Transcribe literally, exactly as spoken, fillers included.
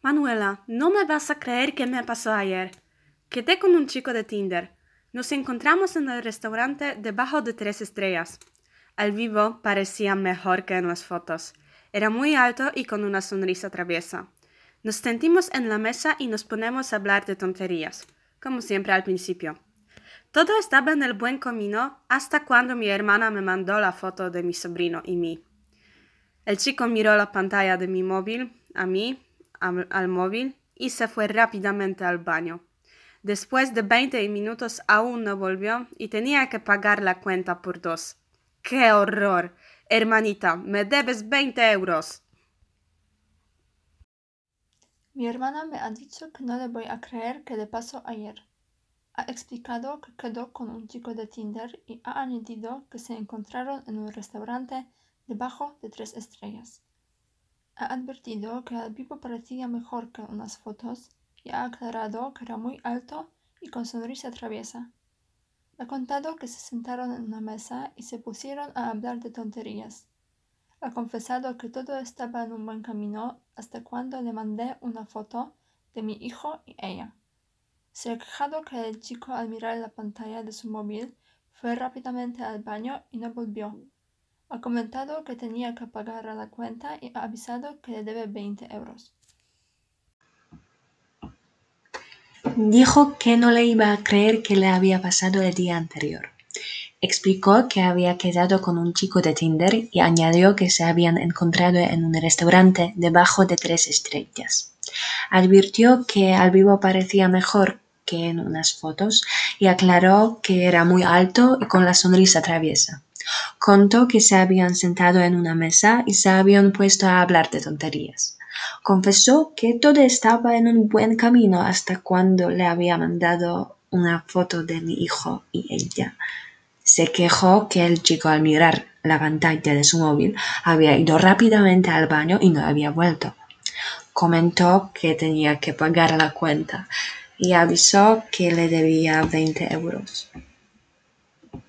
Manuela, no me vas a creer qué me pasó ayer. Quedé con un chico de Tinder. Nos encontramos en el restaurante debajo de tres estrellas. Al vivo parecía mejor que en las fotos. Era muy alto y con una sonrisa traviesa. Nos sentimos en la mesa y nos ponemos a hablar de tonterías, como siempre al principio. Todo estaba en el buen camino hasta cuando mi hermana me mandó la foto de mi sobrino y mí. El chico miró la pantalla de mi móvil, a mí, al, al móvil, y se fue rápidamente al baño. Después de veinte minutos aún no volvió y tenía que pagar la cuenta por dos. ¡Qué horror! Hermanita, me debes veinte euros. Mi hermana me ha dicho que no le voy a creer que le pasó ayer. Ha explicado que quedó con un chico de Tinder y ha añadido que se encontraron en un restaurante debajo de tres estrellas. Ha advertido que al vivo parecía mejor que en unas fotos y ha aclarado que era muy alto y con sonrisa traviesa. Ha contado que se sentaron en una mesa y se pusieron a hablar de tonterías. Ha confesado que todo estaba en un buen camino hasta cuando le mandé una foto de mi hijo y ella. Se ha quejado que el chico al mirar la pantalla de su móvil fue rápidamente al baño y no volvió. Ha comentado que tenía que pagar la cuenta y ha avisado que le debe veinte euros. Dijo que no le iba a creer que le había pasado el día anterior. Explicó que había quedado con un chico de Tinder y añadió que se habían encontrado en un restaurante debajo de tres estrellas. Advirtió que al vivo parecía mejor que en unas fotos y aclaró que era muy alto y con la sonrisa traviesa. Contó que se habían sentado en una mesa y se habían puesto a hablar de tonterías. Confesó que todo estaba en un buen camino hasta cuando le había mandado una foto de mi hijo y ella. Se quejó que el chico al mirar la pantalla de su móvil había ido rápidamente al baño y no había vuelto. Comentó que tenía que pagar la cuenta y avisó que le debía veinte euros.